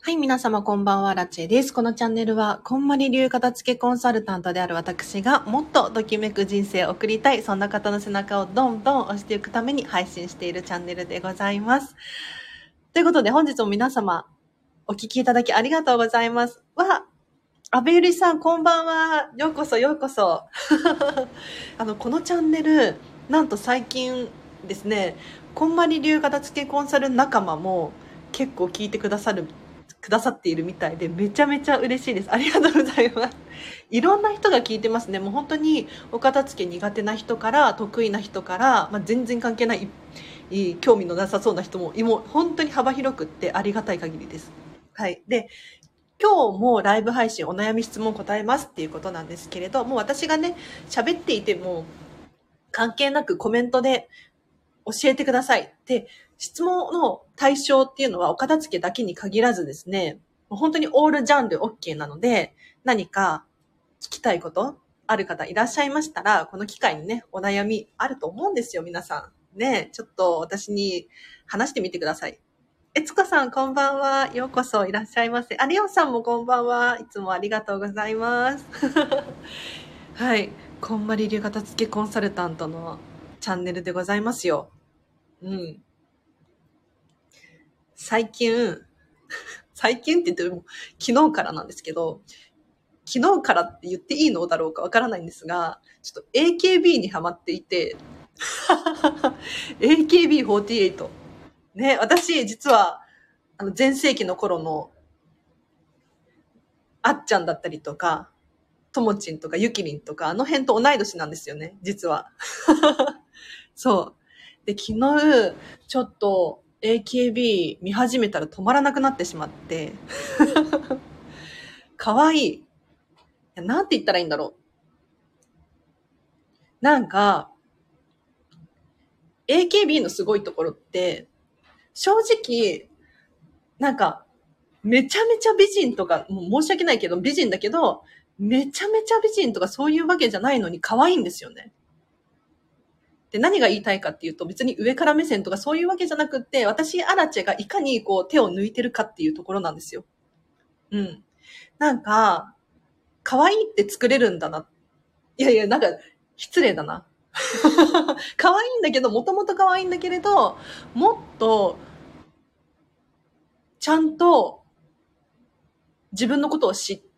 はい、皆様こんばんは、ラチェです。このチャンネルは、こんまり流片付けコンサルタントである私が、もっとときめく人生を送りたい、そんな方の背中をどんどん押していくために配信しているチャンネルでございます。ということで、本日も皆様、お聞きいただきありがとうございます。安倍ゆりさん、こんばんは。ようこそ、ようこそ。このチャンネル、なんと最近ですね、こんまり流片付けコンサル仲間も結構聞いてくださっているみたいで、めちゃめちゃ嬉しいです。ありがとうございます。いろんな人が聞いてますね。もう本当にお片付け苦手な人から、得意な人から、全然関係ない、興味のなさそうな人も、本当に幅広くってありがたい限りです。はい。で、今日もライブ配信お悩み質問答えますっていうことなんですけれども、私がね、喋っていても関係なくコメントで教えてください。で、質問の対象っていうのはお片付けだけに限らずですね、本当にオールジャンル OK なので、何か聞きたいことある方いらっしゃいましたら、この機会にね、お悩みあると思うんですよ、皆さん。ね、ちょっと私に話してみてください。つこさん、こんばんは。ようこそいらっしゃいませ。リオンさんもこんばんは。いつもありがとうございます。はい。こんまり流片付けコンサルタントのチャンネルでございますよ。うん。最近って言っても昨日からなんですけど、昨日からって言っていいのだろうかわからないんですが、ちょっと AKB にハマっていて、AKB48。ね、私実は前世紀の頃のあっちゃんだったりとか、ともちんとかゆきりんとか、あの辺と同い年なんですよね、実は。そう。で、昨日、ちょっと AKB 見始めたら止まらなくなってしまって、かわいい。なんて言ったらいいんだろう。なんか、AKB のすごいところって、正直、なんか、めちゃめちゃ美人とか、もう申し訳ないけど、美人だけど、めちゃめちゃ美人とかそういうわけじゃないのに可愛いんですよね。で、何が言いたいかっていうと、別に上から目線とかそういうわけじゃなくって、私、アラチェがいかにこう手を抜いてるかっていうところなんですよ。うん。なんか、可愛いって作れるんだな。いやいや、なんか、失礼だな。可愛いんだけど、もともと可愛いんだけれど、もっと、ちゃんと自分のことを知って、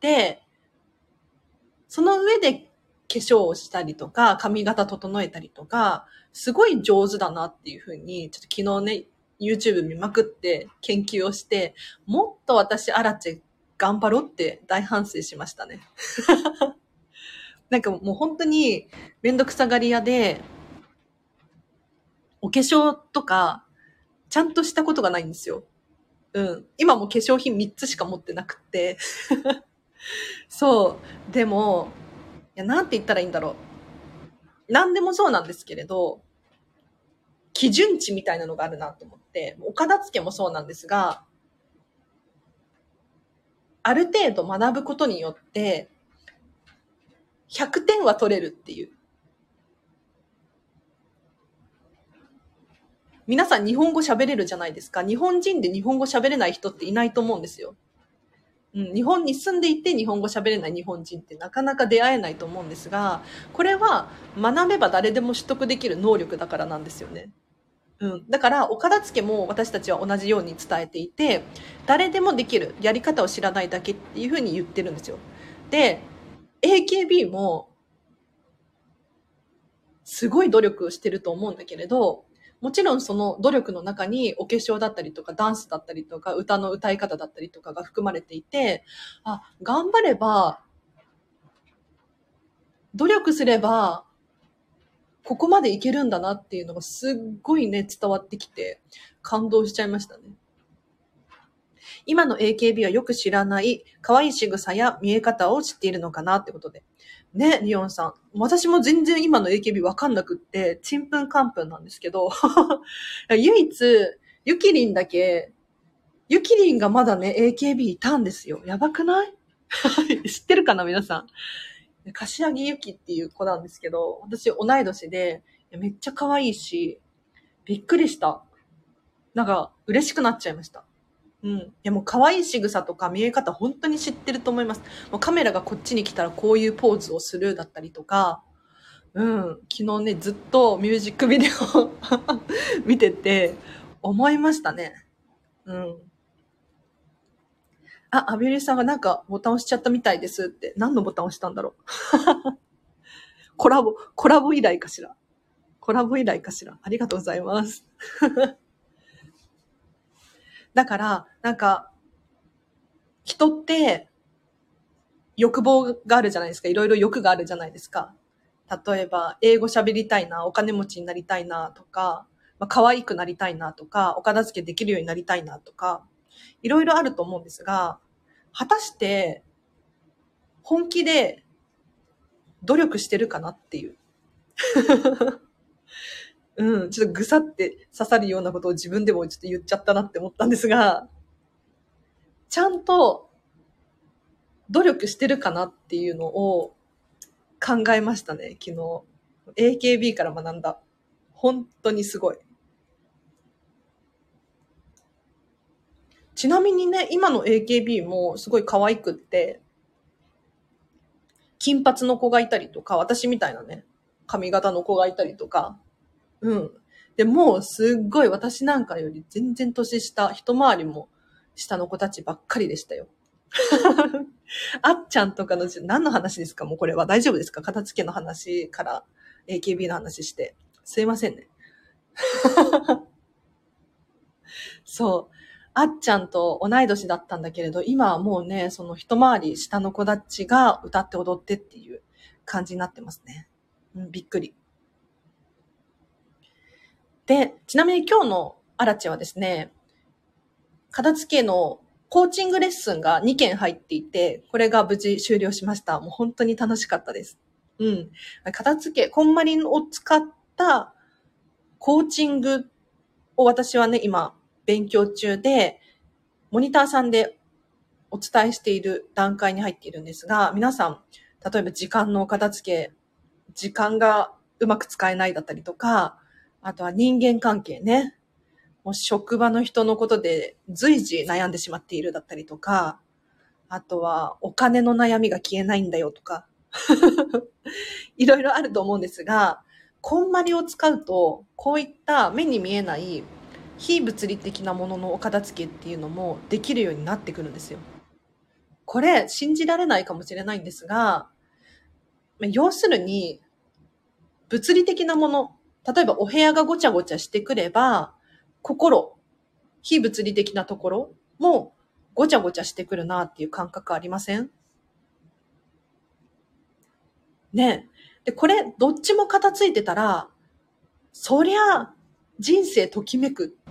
その上で化粧をしたりとか、髪型整えたりとか、すごい上手だなっていうふうに、ちょっと昨日ね、YouTube 見まくって研究をして、もっと私、アラチェ頑張ろうって大反省しましたね。なんかもう本当にめんどくさがり屋で、お化粧とか、ちゃんとしたことがないんですよ。うん。今も化粧品3つしか持ってなくって。そう。でも、なんて言ったらいいんだろう。何でもそうなんですけれど、基準値みたいなのがあるなと思って、お片付けもそうなんですが、ある程度学ぶことによって、100点は取れるっていう。皆さん日本語喋れるじゃないですか。日本人で日本語喋れない人っていないと思うんですよ。うん、日本に住んでいて日本語喋れない日本人ってなかなか出会えないと思うんですが、これは学べば誰でも取得できる能力だからなんですよね。うん。だから、お片付けも私たちは同じように伝えていて、誰でもできる。やり方を知らないだけっていうふうに言ってるんですよ。で、AKB もすごい努力をしてると思うんだけれど、もちろんその努力の中にお化粧だったりとかダンスだったりとか歌の歌い方だったりとかが含まれていて、頑張れば、努力すれば、ここまでいけるんだなっていうのがすっごいね、伝わってきて感動しちゃいましたね。今の AKB はよく知らない可愛い仕草や見え方を知っているのかなってことで。ね、リオンさん。私も全然今の AKB わかんなくって、ちんぷんかんぷんなんですけど、唯一、ゆきりんだけ、ゆきりんがまだね、AKB いたんですよ。やばくない知ってるかな皆さん。柏木ゆきっていう子なんですけど、私同い年で、めっちゃ可愛いし、びっくりした。なんか、嬉しくなっちゃいました。 うん。いやもう可愛い仕草とか見え方本当に知ってると思います。もうカメラがこっちに来たらこういうポーズをするだったりとか、うん。昨日ね、ずっとミュージックビデオ見てて思いましたね。うん。あ、アビリさんがなんかボタン押しちゃったみたいですって。何のボタン押したんだろう。コラボ依頼かしら。コラボ依頼かしら。ありがとうございます。だから、なんか、人って欲望があるじゃないですか。いろいろ欲があるじゃないですか。例えば、英語喋りたいな、お金持ちになりたいなとか、可愛くなりたいなとか、お片付けできるようになりたいなとか、いろいろあると思うんですが、果たして本気で努力してるかなっていう。うん、ちょっとぐさって刺さるようなことを自分でもちょっと言っちゃったなって思ったんですが、ちゃんと努力してるかなっていうのを考えましたね、昨日。AKB から学んだ。本当にすごい。ちなみにね、今の AKB もすごい可愛くって、金髪の子がいたりとか、私みたいなね、髪型の子がいたりとか、うん。で、もうすっごい私なんかより全然年下、一回りも下の子たちばっかりでしたよ。あっちゃんとかの、何の話ですかもうこれは大丈夫ですか片付けの話から AKB の話して。すいませんね。そう。あっちゃんと同い年だったんだけれど、今はもうね、その一回り下の子たちが歌って踊ってっていう感じになってますね。うん、びっくり。で、ちなみに今日のアラチはですね、片付けのコーチングレッスンが2件入っていて、これが無事終了しました。もう本当に楽しかったです。うん。片付け、コンマリンを使ったコーチングを私はね、今勉強中で、モニターさんでお伝えしている段階に入っているんですが、皆さん、例えば時間のお片付け、時間がうまく使えないだったりとか、あとは人間関係ね。もう職場の人のことで随時悩んでしまっているだったりとか、あとはお金の悩みが消えないんだよとか、いろいろあると思うんですが、こんまりを使うと、こういった目に見えない非物理的なもののお片付けっていうのもできるようになってくるんですよ。これ信じられないかもしれないんですが、要するに物理的なもの、例えばお部屋がごちゃごちゃしてくれば、心、非物理的なところもごちゃごちゃしてくるなっていう感覚ありませんね。で、これどっちも片付いてたら、そりゃ人生ときめく。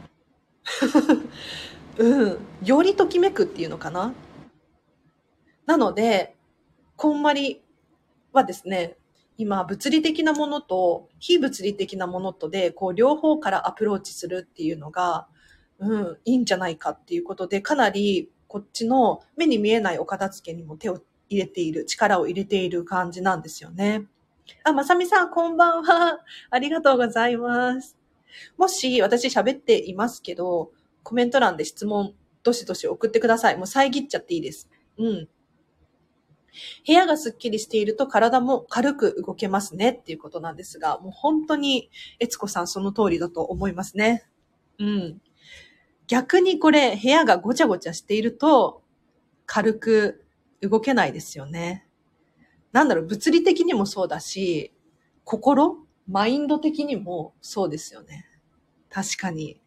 うん。よりときめくっていうのかな。なので、こんまりはですね、今、物理的なものと非物理的なものとで、こう、両方からアプローチするっていうのが、いいんじゃないかっていうことで、かなり、こっちの目に見えないお片付けにも手を入れている、力を入れている感じなんですよね。あ、まさみさん、こんばんは。ありがとうございます。もし、私喋っていますけど、コメント欄で質問、どしどし送ってください。もう遮っちゃっていいです。うん。部屋がすっきりしていると体も軽く動けますねっていうことなんですが、もう本当に、悦子さんその通りだと思いますね。うん。逆にこれ、部屋がごちゃごちゃしていると、軽く動けないですよね。なんだろう、物理的にもそうだし、マインド的にもそうですよね。確かに。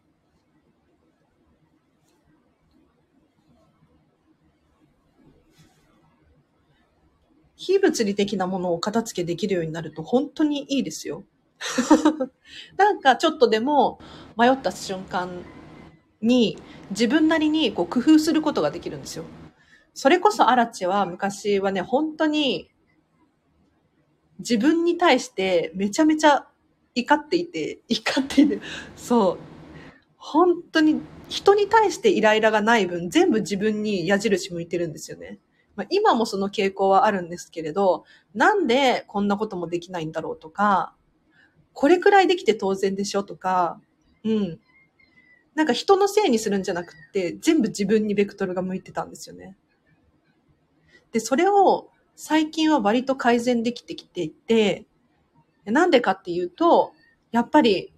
非物理的なものを片付けできるようになると本当にいいですよ。なんかちょっとでも迷った瞬間に自分なりにこう工夫することができるんですよ。それこそアラチは昔はね、本当に自分に対してめちゃめちゃ怒っていて、そう。本当に人に対してイライラがない分、全部自分に矢印向いてるんですよね。今もその傾向はあるんですけれど、なんでこんなこともできないんだろうとか、これくらいできて当然でしょとか、うん。 なんか人のせいにするんじゃなくて、全部自分にベクトルが向いてたんですよね。で、それを最近は割と改善できてきていて、なんでかっていうと、やっぱり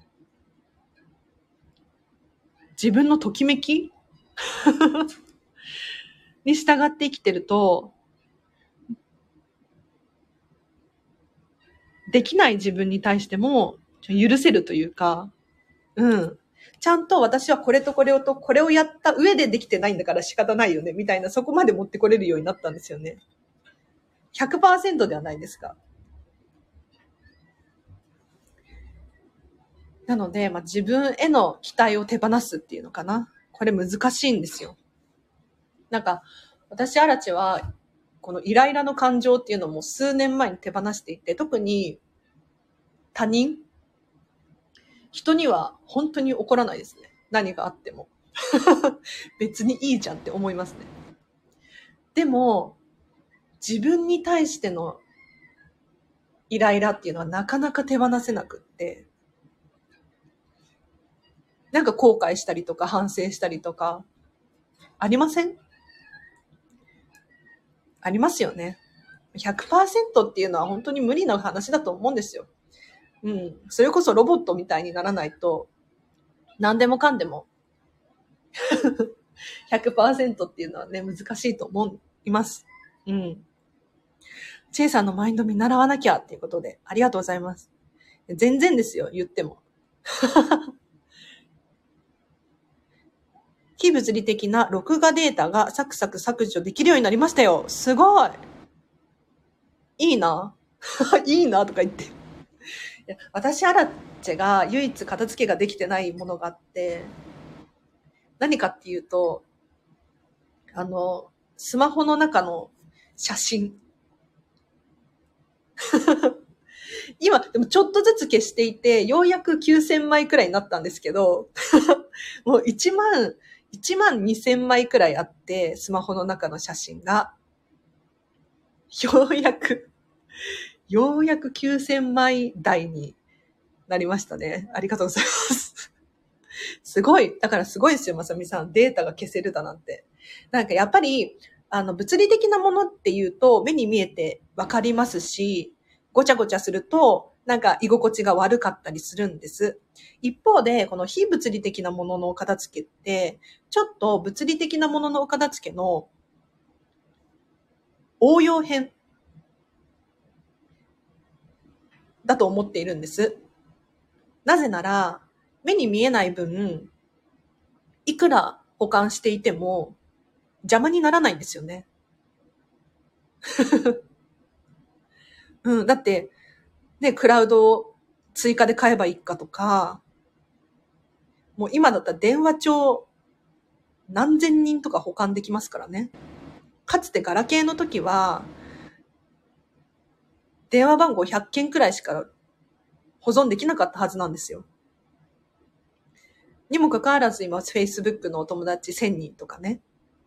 自分のときめきに従って生きてると、できない自分に対しても許せるというか、ちゃんと私はこれとこれをとこれをやった上でできてないんだから仕方ないよね、みたいな、そこまで持ってこれるようになったんですよね。100% ではないですか。なので、自分への期待を手放すっていうのかな。これ難しいんですよ。なんか、私、アラチは、このイライラの感情っていうのも数年前に手放していて、特に他人、人には本当に怒らないですね。何があっても。別にいいじゃんって思いますね。でも、自分に対してのイライラっていうのはなかなか手放せなくって、なんか後悔したりとか反省したりとか、ありません？ありますよね。100% っていうのは本当に無理な話だと思うんですよ。それこそロボットみたいにならないと、何でもかんでも100% っていうのはね、難しいと思います。チェイさんのマインド見習わなきゃっていうことで、ありがとうございます。全然ですよ、言っても。非物理的な録画データがサクサク削除できるようになりましたよ。すごい。いいな。いいなとか言って。いや、私、アラチェが唯一片付けができてないものがあって、何かっていうと、スマホの中の写真。今、でもちょっとずつ消していて、ようやく9000枚くらいになったんですけど、もう1万2000枚くらいあって、スマホの中の写真が。ようやく9000枚台になりましたね。ありがとうございます。すごい。だからすごいですよ、まさみさん。データが消せるだなんて。なんかやっぱり、物理的なものっていうと目に見えてわかりますし、ごちゃごちゃするとなんか居心地が悪かったりするんです。一方で、この非物理的なもののお片付けって、ちょっと物理的なもののお片付けの応用編だと思っているんです。なぜなら、目に見えない分、いくら保管していても邪魔にならないんですよね。だって、ね、クラウドを追加で買えばいいかとか、もう今だったら電話帳何千人とか保管できますからね。かつてガラケーの時は、電話番号100件くらいしか保存できなかったはずなんですよ。にもかかわらず今、Facebook のお友達1000人とかね。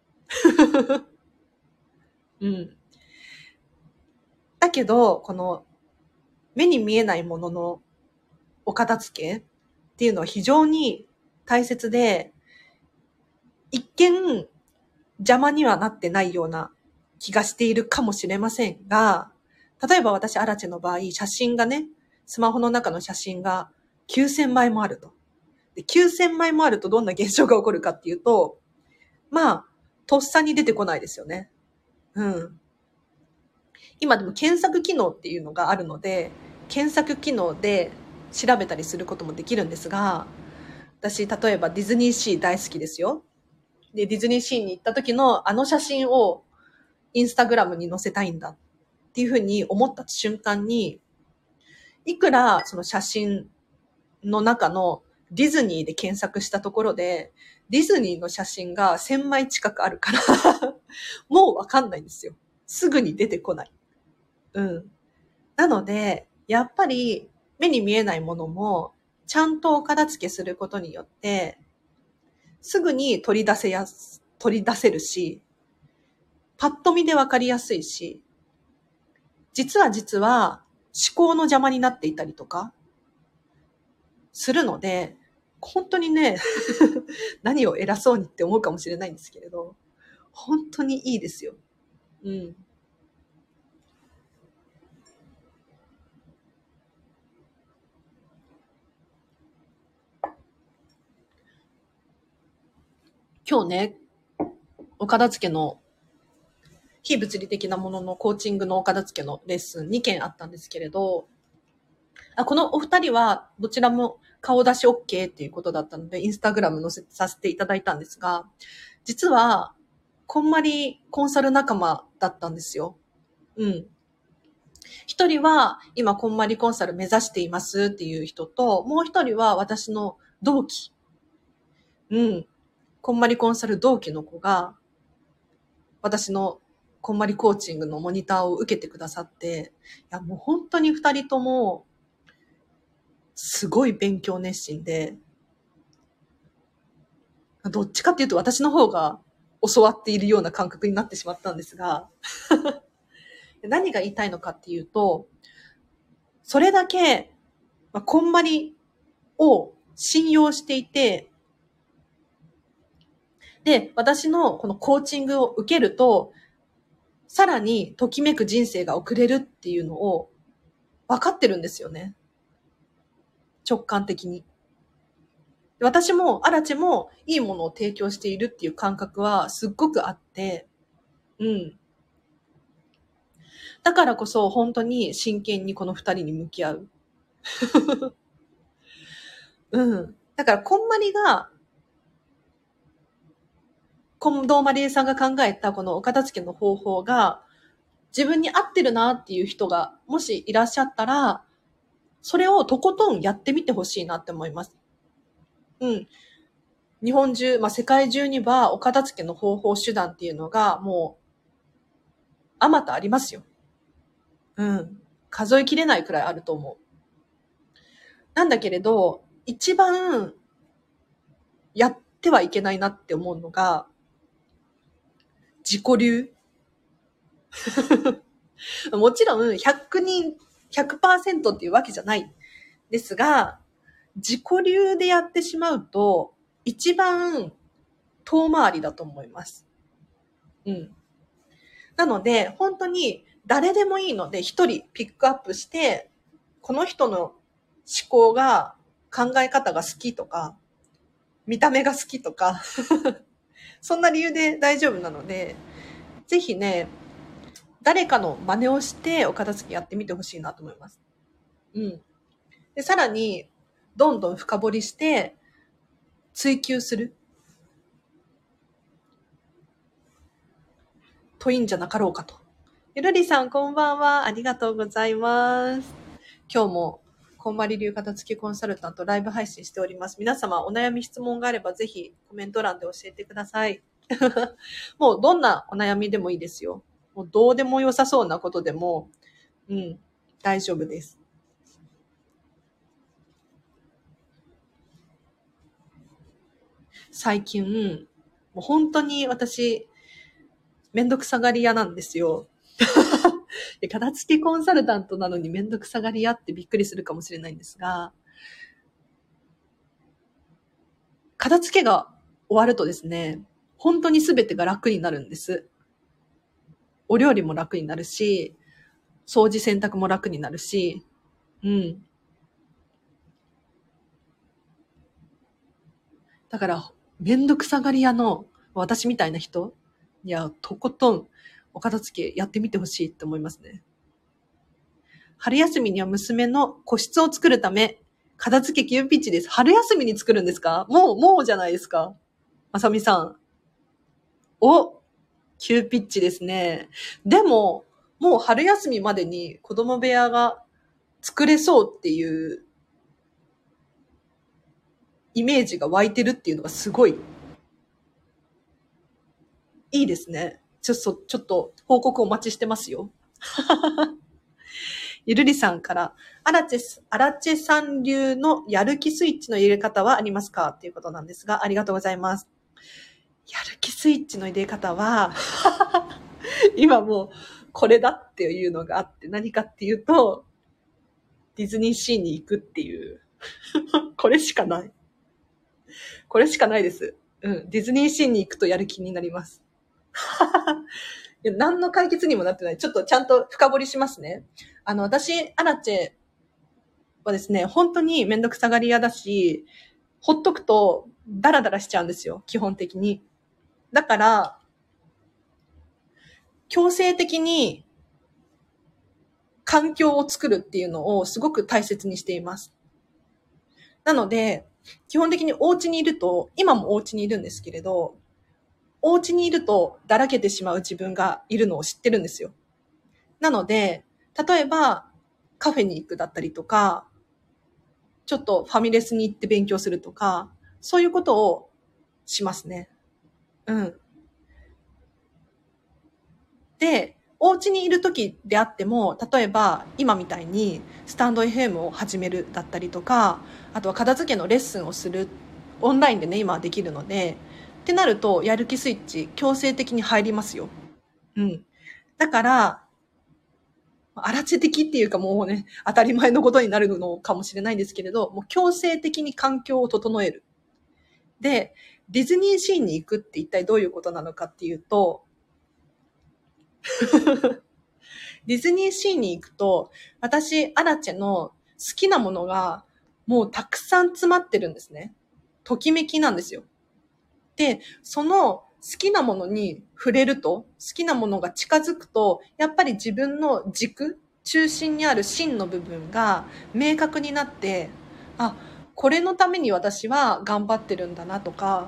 だけど、この目に見えないもののお片付けっていうのは非常に大切で、一見邪魔にはなってないような気がしているかもしれませんが、例えば私、アラチェの場合、写真がね、スマホの中の写真が9000枚もあると。で、9000枚もあるとどんな現象が起こるかっていうと、とっさに出てこないですよね。今でも検索機能っていうのがあるので、検索機能で調べたりすることもできるんですが、私、例えばディズニーシー大好きですよ。で、ディズニーシーに行った時のあの写真をインスタグラムに載せたいんだっていうふうに思った瞬間に、いくらその写真の中のディズニーで検索したところで、ディズニーの写真が1000枚近くあるからもうわかんないんですよ。すぐに出てこない。なので、やっぱり目に見えないものもちゃんとお片付けすることによって、すぐに取り出せるし、パッと見でわかりやすいし、実は思考の邪魔になっていたりとかするので、 本当にね、何を偉そうにって思うかもしれないんですけれど、本当にいいですよ。うん。今日ね、お片付けの非物理的なもののコーチングのお片付けのレッスン2件あったんですけれど、このお二人はどちらも顔出し OK っていうことだったので、インスタグラム載せさせていただいたんですが、実は、こんまりコンサル仲間だったんですよ。うん。一人は、今、こんまりコンサル目指していますっていう人と、もう一人は私の同期。うん。こんまりコンサル同期の子が、私のこんまりコーチングのモニターを受けてくださって、いや、もう本当に二人とも、すごい勉強熱心で、どっちかっていうと私の方が教わっているような感覚になってしまったんですが、何が言いたいのかっていうと、それだけ、こんまりを信用していて、で、私のこのコーチングを受けると、さらにときめく人生が送れるっていうのを分かってるんですよね。直感的に。私も、アラチもいいものを提供しているっていう感覚はすっごくあって、うん。だからこそ本当に真剣にこの二人に向き合う。うん。だから、こんまりが、近藤まりえさんが考えたこのお片付けの方法が、自分に合ってるなっていう人が、もしいらっしゃったら、それをとことんやってみてほしいなって思います。うん。日本中、世界中にはお片付けの方法手段っていうのがもう、あまたありますよ。うん。数えきれないくらいあると思う。なんだけれど、一番やってはいけないなって思うのが、自己流。もちろん100人、100% っていうわけじゃないですが、自己流でやってしまうと、一番遠回りだと思います。うん。なので、本当に誰でもいいので、一人ピックアップして、この人の思考が、考え方が好きとか、見た目が好きとか、そんな理由で大丈夫なので、ぜひね、誰かの真似をしてお片付けやってみてほしいなと思います。うん。で、さらに、どんどん深掘りして、追求するといいんじゃなかろうかと。ゆるりさん、こんばんは。ありがとうございます。今日も、こんまり流片付きコンサルタントライブ配信しております。皆様、お悩み質問があれば、ぜひコメント欄で教えてください。もう、どんなお悩みでもいいですよ。もう、どうでも良さそうなことでも、うん、大丈夫です。最近、もう本当に私、めんどくさがり屋なんですよ。片付きコンサルタントなのにめんどくさがり屋ってびっくりするかもしれないんですが、片付けが終わるとですね、本当に全てが楽になるんです。お料理も楽になるし、掃除洗濯も楽になるし、うん。だから、めんどくさがり屋の私みたいな人にはとことんお片付けやってみてほしいって思いますね。春休みには娘の個室を作るため、片付け急ピッチです。春休みに作るんですか？もうじゃないですか。まさみさん。お、急ピッチですね。でも、もう春休みまでに子供部屋が作れそうっていうイメージが湧いてるっていうのがすごいいいですね。ちょっと報告お待ちしてますよ。ゆるりさんから、アラチェさん流のやる気スイッチの入れ方はありますかっていうことなんですが、ありがとうございます。やる気スイッチの入れ方は、今もうこれだっていうのがあって、何かっていうと、ディズニーシーに行くっていう、これしかない。 これしかないです。ディズニーシーに行くとやる気になります。いや、何の解決にもなってない。ちょっとちゃんと深掘りしますね。私、アラチェはですね、本当にめんどくさがり屋だし、ほっとくとダラダラしちゃうんですよ、基本的に。だから、強制的に環境を作るっていうのをすごく大切にしています。なので、基本的にお家にいると、今もお家にいるんですけれど、お家にいるとだらけてしまう自分がいるのを知ってるんですよ。なので、例えばカフェに行くだったりとか、ちょっとファミレスに行って勉強するとか、そういうことをしますね。で、お家にいる時であっても、例えば今みたいにスタンド FM を始めるだったりとか、あとは片付けのレッスンをする、オンラインでね、今はできるので、ってなると、やる気スイッチ強制的に入りますよ。だから、アラチェ的っていうかもうね、当たり前のことになるのかもしれないんですけれど、もう強制的に環境を整える。で、ディズニーシーに行くって一体どういうことなのかっていうと、ディズニーシーに行くと、私、アラチェの好きなものがもうたくさん詰まってるんですね。ときめきなんですよ。で、その好きなものに触れると、好きなものが近づくと、やっぱり自分の軸、中心にある芯の部分が明確になって、あ、これのために私は頑張ってるんだなとか、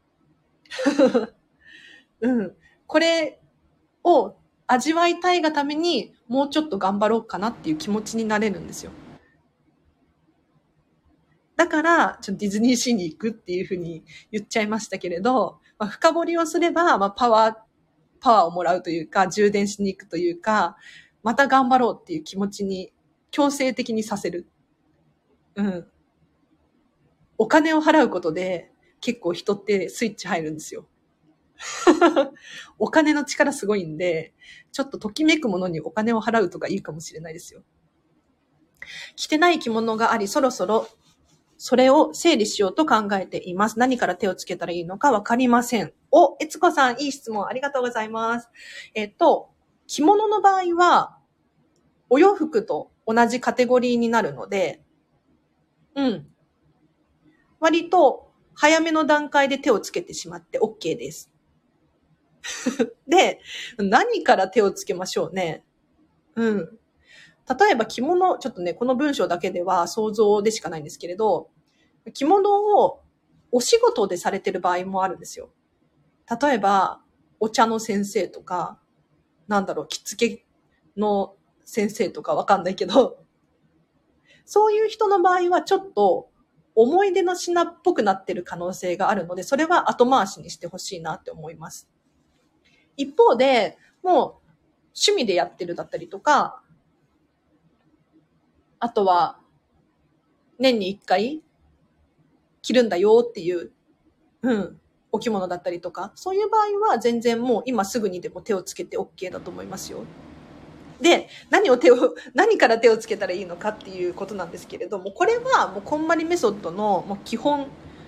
これを味わいたいがためにもうちょっと頑張ろうかなっていう気持ちになれるんですよ。だから、ちょっとディズニーシーに行くっていうふうに言っちゃいましたけれど、深掘りをすれば、パワーをもらうというか、充電しに行くというか、また頑張ろうっていう気持ちに強制的にさせる。お金を払うことで結構人ってスイッチ入るんですよ。お金の力すごいんで、ちょっとときめくものにお金を払うとかいいかもしれないですよ。着てない着物があり、そろそろそれを整理しようと考えています。何から手をつけたらいいのかわかりません。えつこさん、いい質問ありがとうございます。着物の場合は、お洋服と同じカテゴリーになるので、割と早めの段階で手をつけてしまって OK です。で、何から手をつけましょうね。例えば着物、ちょっとね、この文章だけでは想像でしかないんですけれど、着物をお仕事でされてる場合もあるんですよ。例えば、お茶の先生とか、着付けの先生とかわかんないけど、そういう人の場合はちょっと思い出の品っぽくなってる可能性があるので、それは後回しにしてほしいなって思います。一方で、もう趣味でやってるだったりとか、あとは年に一回着るんだよっていう、お着物だったりとか、そういう場合は全然もう今すぐにでも手をつけて OK だと思いますよ。で、何から手をつけたらいいのかっていうことなんですけれども、これはもうこんまりメソッドのもう基本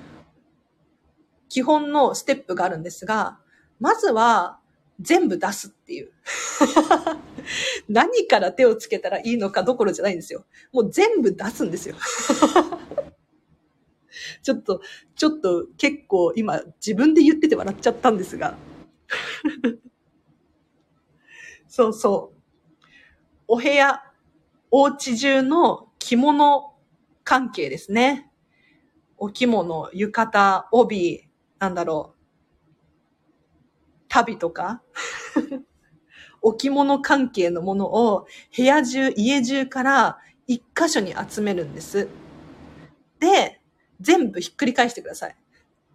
のステップがあるんですが、まずは全部出すっていう。何から手をつけたらいいのかどころじゃないんですよ。もう全部出すんですよ。ちょっと結構今自分で言ってて笑っちゃったんですが。そうそう。お部屋、お家中の着物関係ですね。お着物、浴衣、帯、旅とか。お着物関係のものを部屋中、家中から一箇所に集めるんです。で、全部ひっくり返してください。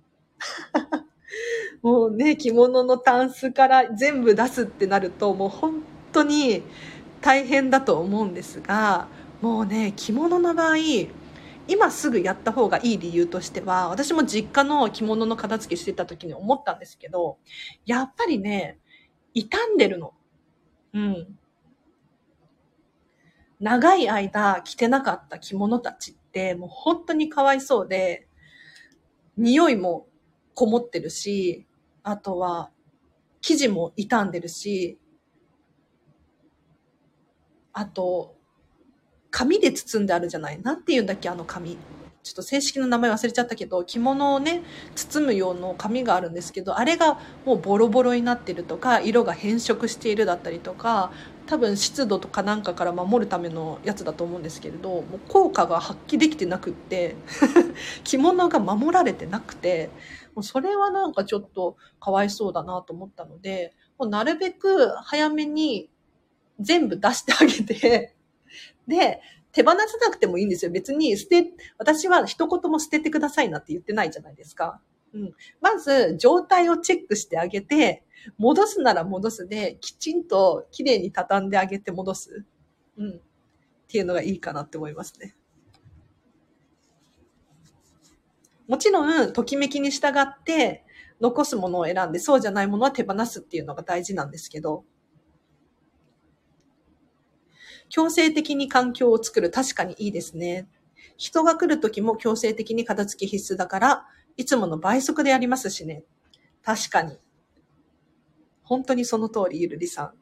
もうね、着物のタンスから全部出すってなると、もう本当に大変だと思うんですが、もうね、着物の場合、今すぐやった方がいい理由としては、私も実家の着物の片付けしてた時に思ったんですけど、やっぱりね、傷んでるの。長い間着てなかった着物たちってもう本当にかわいそうで、 匂いもこもってるし、あとは生地も傷んでるし、あと紙で包んであるじゃない。なんて言うんだっけ、あの紙。ちょっと正式な名前忘れちゃったけど、着物をね、包む用の紙があるんですけど、あれがもうボロボロになってるとか、色が変色しているだったりとか、多分湿度とかなんかから守るためのやつだと思うんですけれど、もう効果が発揮できてなくって、着物が守られてなくて、もうそれはなんかちょっとかわいそうだなと思ったので、もうなるべく早めに全部出してあげて、で、手放さなくてもいいんですよ。別に私は一言も捨ててくださいなって言ってないじゃないですか。うん。まず、状態をチェックしてあげて、戻すなら戻すで、きちんと綺麗に畳んであげて戻す。うん。っていうのがいいかなって思いますね。もちろん、ときめきに従って、残すものを選んで、そうじゃないものは手放すっていうのが大事なんですけど、強制的に環境を作る。確かにいいですね。人が来るときも強制的に片付け必須だから、いつもの倍速でやりますしね。確かに。本当にその通り、ゆるりさん。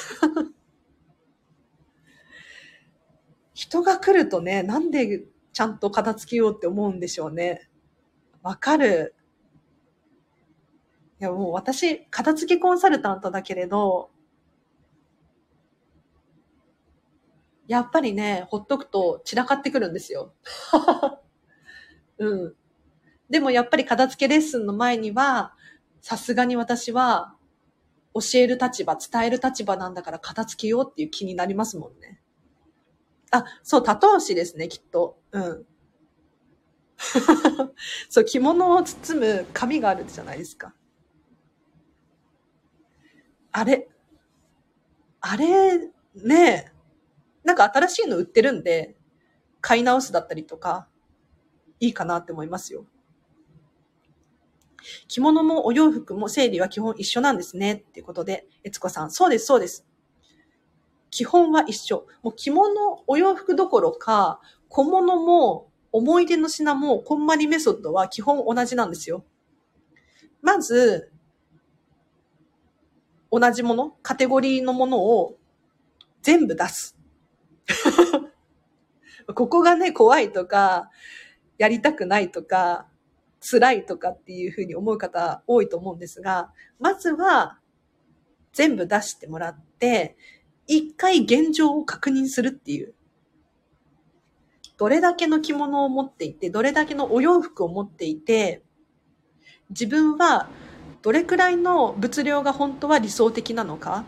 人が来るとね、なんでちゃんと片付けようって思うんでしょうね。わかる。いやもう私、片付けコンサルタントだけれど、やっぱりね、ほっとくと散らかってくるんですよ。うん。でもやっぱり片付けレッスンの前には、さすがに私は教える立場、伝える立場なんだから片付けようっていう気になりますもんね。あ、そう、多頭紙ですね、きっと。うん。そう、着物を包む紙があるじゃないですか。あれ、あれ、ね、なんか新しいの売ってるんで、買い直すだったりとか、いいかなって思いますよ。着物もお洋服も整理は基本一緒なんですね。っていうことで、悦子さん、そうです、そうです。基本は一緒。もう着物、お洋服どころか、小物も思い出の品もこんまりメソッドは基本同じなんですよ。まず、同じもの、カテゴリーのものを全部出す。ここがね、怖いとか、やりたくないとか、辛いとかっていうふうに思う方多いと思うんですが、まずは全部出してもらって、一回現状を確認するっていう。どれだけの着物を持っていて、どれだけのお洋服を持っていて、自分はどれくらいの物量が本当は理想的なのか。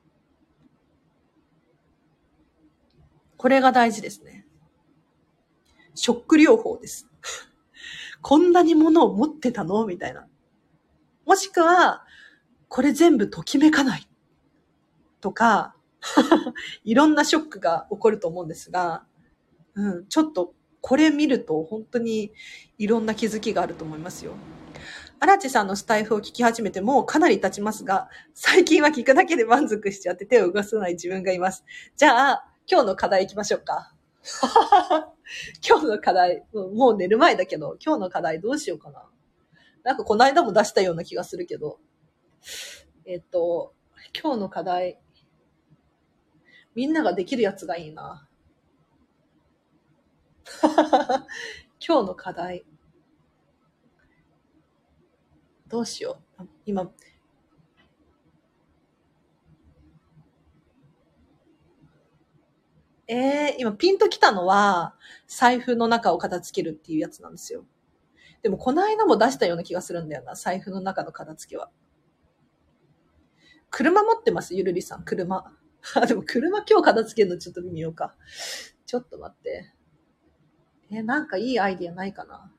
これが大事ですね。ショック療法です。こんなに物を持ってたのみたいな。もしくは、これ全部ときめかないとか、いろんなショックが起こると思うんですが、うん、ちょっとこれ見ると本当にいろんな気づきがあると思いますよ。荒地さんのスタイフを聞き始めてもうかなり経ちますが、最近は聞くだけで満足しちゃって手を動かさない自分がいます。じゃあ、今日の課題行きましょうか。今日の課題、もう寝る前だけど、今日の課題どうしようかな。なんかこの間も出したような気がするけど。今日の課題、みんなができるやつがいいな。今日の課題、どうしよう。今ピンときたのは、財布の中を片付けるっていうやつなんですよ。でもこの間も出したような気がするんだよな、財布の中の片付けは。車持ってます、ゆるりさん、車。あ、でも車今日片付けるのちょっと見ようか。ちょっと待って。なんかいいアイディアないかな。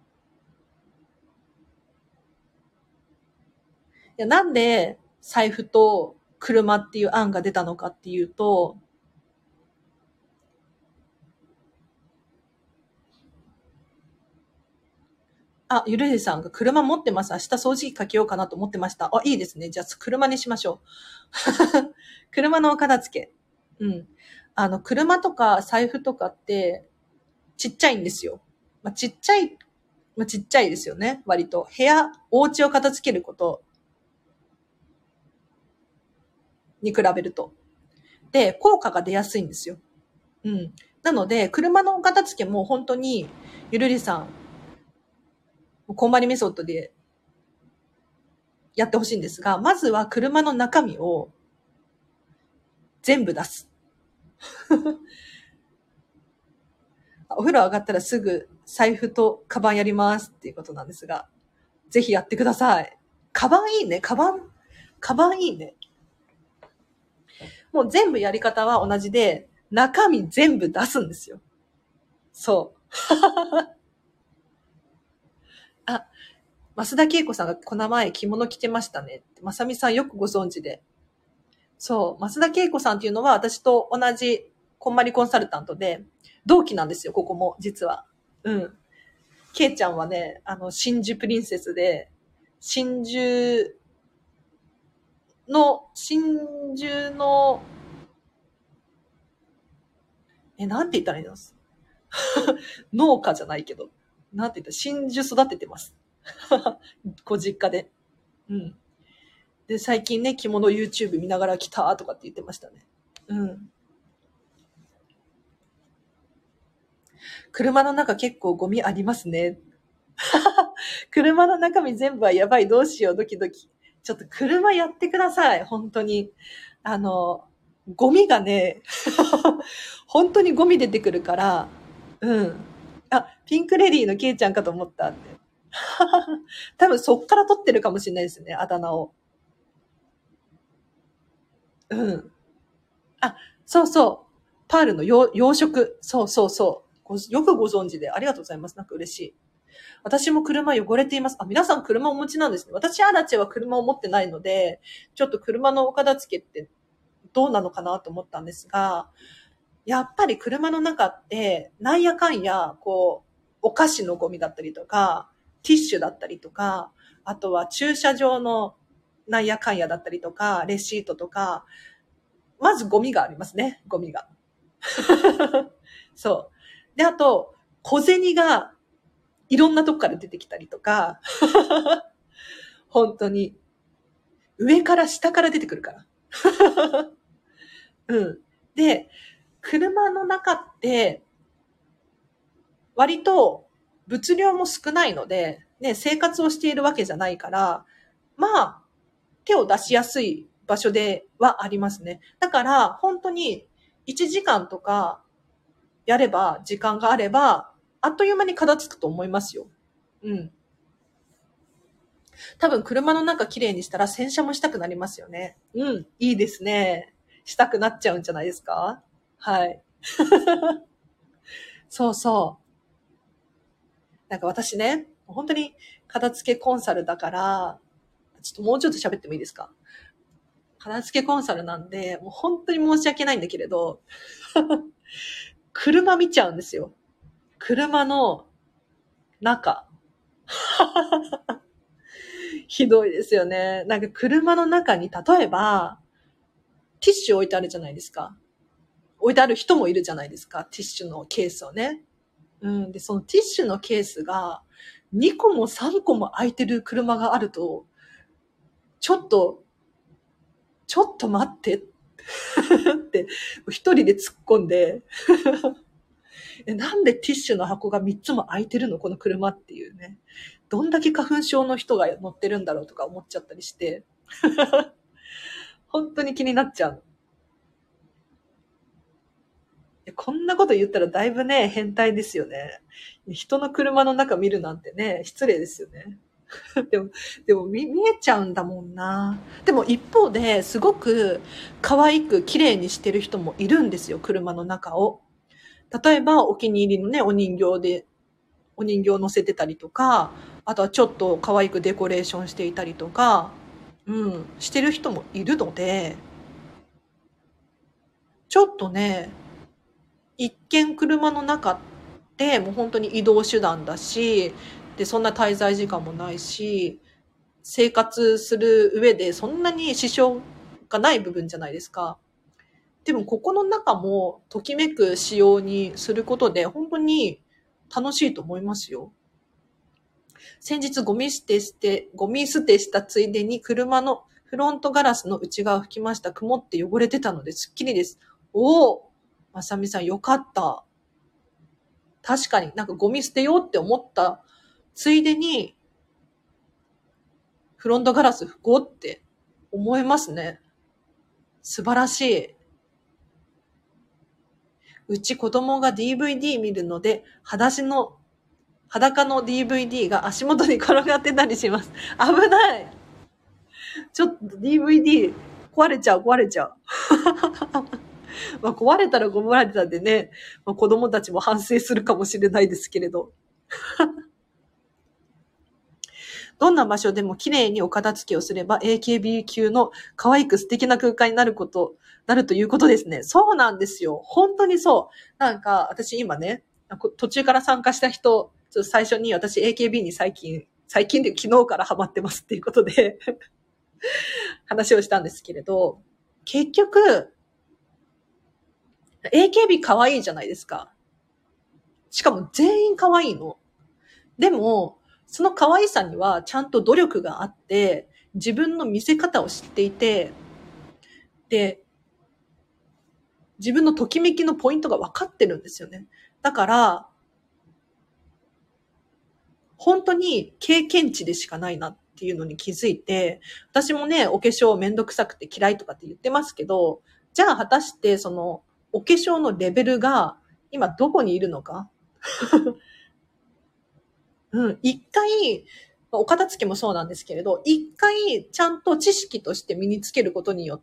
いや、なんで財布と車っていう案が出たのかっていうと、あ、ゆるりさんが車持ってます。明日掃除機かけようかなと思ってました。あ、いいですね。じゃあ車にしましょう。車のお片付け。うん。車とか財布とかってちっちゃいんですよ。まあ、ちっちゃいまあ、ちっちゃいですよね、割と。お家を片付けることに比べると。で、効果が出やすいんですよ。うん。なので、車の片付けも本当に、ゆるりさん、こんまりメソッドでやってほしいんですが、まずは車の中身を全部出す。お風呂上がったらすぐ財布とカバンやりますっていうことなんですが、ぜひやってください。カバンいいね。カバンいいね。もう全部やり方は同じで、中身全部出すんですよ。そう。あ、増田恵子さんがこの前着物着てましたね。まさみさんよくご存知で。そう。増田恵子さんっていうのは私と同じこんまりコンサルタントで、同期なんですよ、ここも、実は。うん。けいちゃんはね、真珠プリンセスで、真珠真珠の、なんて言ったらいいの農家じゃないけど、なんて言ったら、真珠育ててます。ご実家で。うん。で、最近ね、着物 YouTube 見ながら来たとかって言ってましたね。うん。車の中結構ゴミありますね。車の中身全部はやばい、どうしよう、ドキドキ。ちょっと車やってください、本当に。ゴミがね、本当にゴミ出てくるから、うん。あ、ピンクレディーのケイちゃんかと思ったって。多分そっから取ってるかもしれないですね、あだ名を。うん。あ、そうそう。パールの養殖。そうそうそう。よくご存知でありがとうございます。なんか嬉しい。私も車汚れています。あ、皆さん車をお持ちなんですね。私、アラチェは車を持ってないので、ちょっと車のお片付けってどうなのかなと思ったんですが、やっぱり車の中って、なんやかんや、お菓子のゴミだったりとか、ティッシュだったりとか、あとは駐車場のなんやかんやだったりとか、レシートとか、まずゴミがありますね、ゴミが。そう。で、あと、小銭がいろんなとこから出てきたりとか、本当に、上から下から出てくるから。うん。で、車の中って、割と物量も少ないので、ね、生活をしているわけじゃないから、まあ、手を出しやすい場所ではありますね。だから、本当に1時間とかやれば、時間があれば、あっという間に片付くと思いますよ。うん。多分車の中きれいにしたら洗車もしたくなりますよね。うん。いいですね。したくなっちゃうんじゃないですか？はい。そうそう。なんか私ね、本当に片付けコンサルだから、ちょっともうちょっと喋ってもいいですか？片付けコンサルなんで、もう本当に申し訳ないんだけれど、車見ちゃうんですよ。車の中。ひどいですよね。なんか車の中に例えば、ティッシュ置いてあるじゃないですか。置いてある人もいるじゃないですか。ティッシュのケースをね。うん。で、そのティッシュのケースが2個も3個も空いてる車があると、ちょっと、ちょっと待ってって一人で突っ込んでなんでティッシュの箱が3つも空いてるのこの車っていうね。どんだけ花粉症の人が乗ってるんだろうとか思っちゃったりして、本当に気になっちゃう。こんなこと言ったらだいぶね、変態ですよね。人の車の中見るなんてね、失礼ですよね。でも、見えちゃうんだもんな。でも一方ですごく可愛く綺麗にしてる人もいるんですよ、車の中を。例えばお気に入りのね、お人形を乗せてたりとか、あとはちょっと可愛くデコレーションしていたりとか、うん、してる人もいるので、ちょっとね、一見車の中ってもう本当に移動手段だし、で、そんな滞在時間もないし、生活する上でそんなに支障がない部分じゃないですか。でもここの中もときめく仕様にすることで本当に楽しいと思いますよ。 先日ゴミ捨てしたついでに車のフロントガラスの内側を拭きました。曇って汚れてたのですっきりです。おお、まさみさんよかった。確かになんかゴミ捨てようって思ったついでにフロントガラス拭こうって思いますね。素晴らしい。うち子供が DVD 見るので、裸の DVD が足元に転がってたりします。危ない。ちょっと DVD 壊れちゃう。まあ壊れたら壊れたでね、まあ、子供たちも反省するかもしれないですけれど。どんな場所でも綺麗にお片付けをすれば AKB 級の可愛く素敵な空間になるということですね。そうなんですよ。本当にそう。なんか私今ね、途中から参加した人、ちょっと最初に私 AKB に最近で昨日からハマってますっていうことで話をしたんですけれど、結局 AKB 可愛いじゃないですか。しかも全員可愛いの。でも、その可愛さにはちゃんと努力があって、自分の見せ方を知っていて、で、自分のときめきのポイントが分かってるんですよね。だから、本当に経験値でしかないなっていうのに気づいて、私もね、お化粧めんどくさくて嫌いとかって言ってますけど、じゃあ果たしてそのお化粧のレベルが今どこにいるのかうん、一回、お片付けもそうなんですけれど、一回ちゃんと知識として身につけることによって、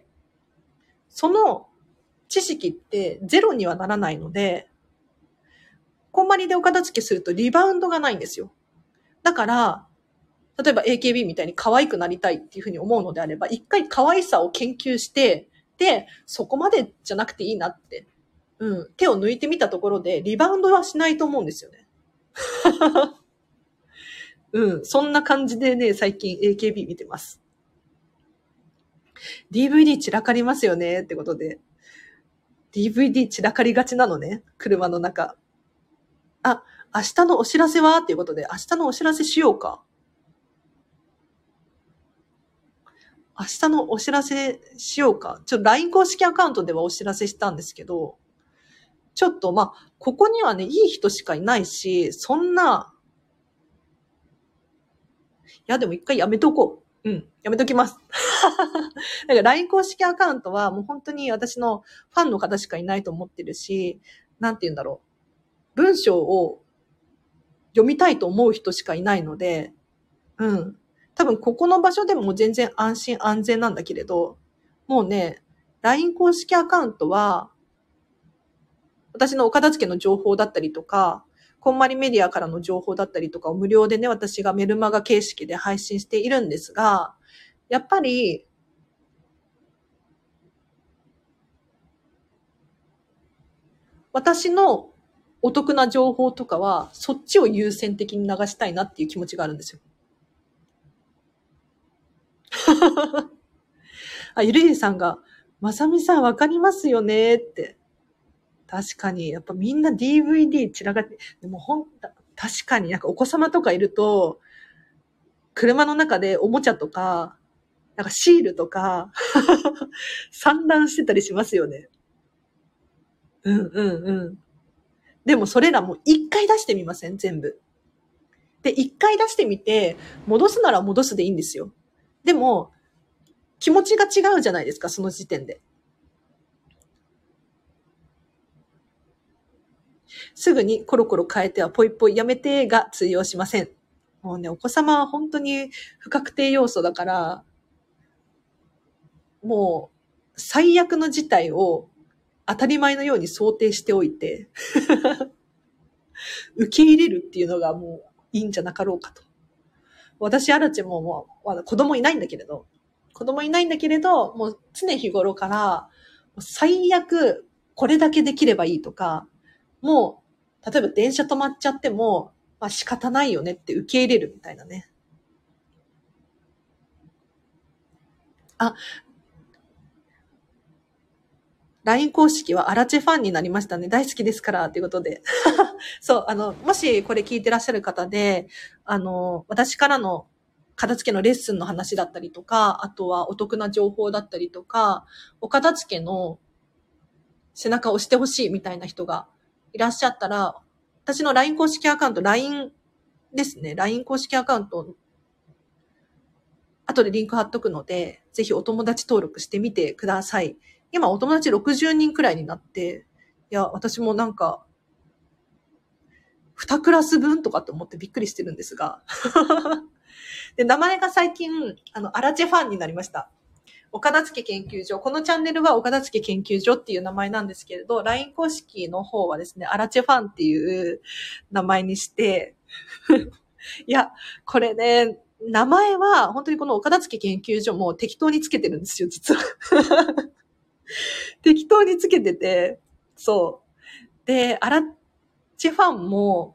その知識ってゼロにはならないので、こんまりでお片付けするとリバウンドがないんですよ。だから、例えば AKB みたいに可愛くなりたいっていうふうに思うのであれば、一回可愛さを研究して、で、そこまでじゃなくていいなって、手を抜いてみたところでリバウンドはしないと思うんですよね。そんな感じでね、最近 AKB 見てます。DVD 散らかりますよねってことで。DVD 散らかりがちなのね。車の中。あ、明日のお知らせはっていうことで、明日のお知らせしようか。明日のお知らせしようか。LINE 公式アカウントではお知らせしたんですけど、ちょっとここにはね、いい人しかいないし、そんな、いやでも一回やめとこう。やめときます。だから LINE 公式アカウントはもう本当に私のファンの方しかいないと思ってるし、なんて言うんだろう。文章を読みたいと思う人しかいないので、多分ここの場所でも全然安心安全なんだけれど、もうね、LINE 公式アカウントは、私のお片付けの情報だったりとか、こんまりメディアからの情報だったりとかを無料でね、私がメルマガ形式で配信しているんですが、やっぱり、私のお得な情報とかは、そっちを優先的に流したいなっていう気持ちがあるんですよ。ゆりりさんが、まさみさんわかりますよねって。確かに、やっぱみんな DVD 散らかって、でも確かになんかお子様とかいると、車の中でおもちゃとか、なんかシールとか散乱してたりしますよね。でもそれらも一回出してみません全部。で、一回出してみて、戻すなら戻すでいいんですよ。でも、気持ちが違うじゃないですか、その時点で。すぐにコロコロ変えてはポイポイやめてが通用しません。もうね、お子様は本当に不確定要素だから、もう最悪の事態を当たり前のように想定しておいて受け入れるっていうのがもういいんじゃなかろうかと。私、アラチェもう子供いないんだけれど、もう常日頃から、最悪これだけできればいいとか、もう、例えば電車止まっちゃっても、仕方ないよねって受け入れるみたいなね。あ、 LINE 公式はアラチェファンになりましたね。大好きですから、ということで。そう、もしこれ聞いてらっしゃる方で、私からの片付けのレッスンの話だったりとか、あとはお得な情報だったりとか、お片付けの背中を押してほしいみたいな人がいらっしゃったら、私の LINE 公式アカウント、LINE ですね。LINE 公式アカウント、後でリンク貼っとくので、ぜひお友達登録してみてください。今お友達60人くらいになって、いや、私もなんか、2クラス分とかって思ってびっくりしてるんですが。で、名前が最近、アラチェファンになりました。お片付け研究所。このチャンネルはお片付け研究所っていう名前なんですけれど、LINE 公式の方はですね、アラチェファンっていう名前にして、いや、これね、名前は本当にこのお片付け研究所も適当につけてるんですよ、実は。適当につけてて、そう。で、アラチェファンも、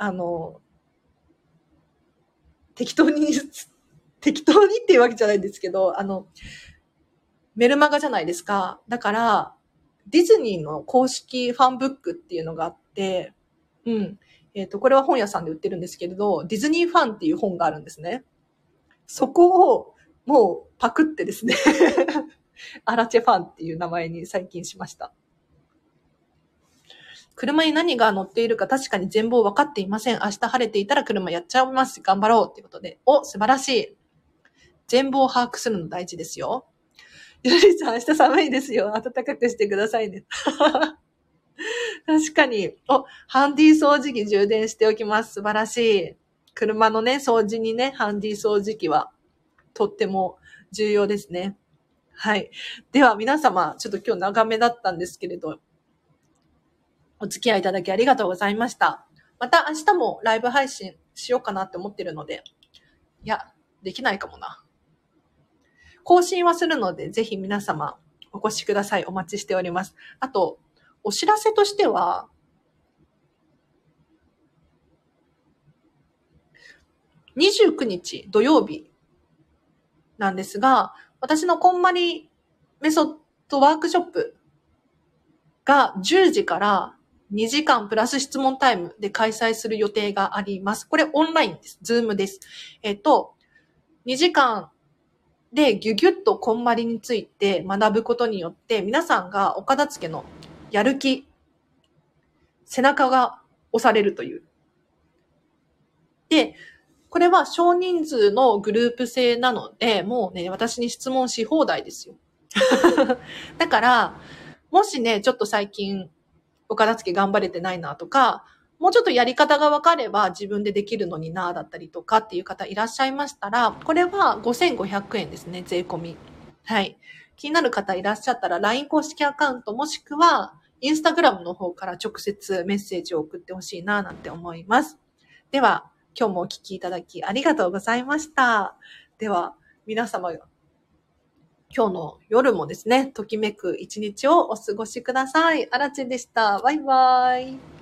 適当にっていうわけじゃないんですけど、メルマガじゃないですか。だから、ディズニーの公式ファンブックっていうのがあって、うん。これは本屋さんで売ってるんですけれど、ディズニーファンっていう本があるんですね。そこを、もうパクってですね、アラチェファンっていう名前に最近しました。車に何が乗っているか確かに全貌分かっていません。明日晴れていたら車やっちゃいます。頑張ろうっていうことで。素晴らしい。全貌を把握するの大事ですよ。ゆりさん、明日寒いですよ。暖かくしてくださいね。確かに。ハンディ掃除機充電しておきます。素晴らしい。車のね、掃除にね、ハンディ掃除機はとっても重要ですね。はい。では皆様、ちょっと今日長めだったんですけれど、お付き合いいただきありがとうございました。また明日もライブ配信しようかなって思ってるので、いや、できないかもな。更新はするので、ぜひ皆様お越しください。お待ちしております。あと、お知らせとしては、29日土曜日なんですが、私のこんまりメソッドワークショップが10時から2時間プラス質問タイムで開催する予定があります。これオンラインです。ズームです。2時間でギュギュッとこんまりについて学ぶことによって、皆さんがお片付けのやる気、背中が押されるという。で、これは少人数のグループ制なので、もうね、私に質問し放題ですよ。だから、もしね、ちょっと最近お片付け頑張れてないなとか、もうちょっとやり方が分かれば自分でできるのになだったりとかっていう方いらっしゃいましたら、これは5500円ですね、税込み。はい。気になる方いらっしゃったら LINE 公式アカウントもしくは Instagram の方から直接メッセージを送ってほしいななんて思います。では、今日もお聞きいただきありがとうございました。では、皆様、今日の夜もですね、ときめく一日をお過ごしください。あらちでした。バイバイ。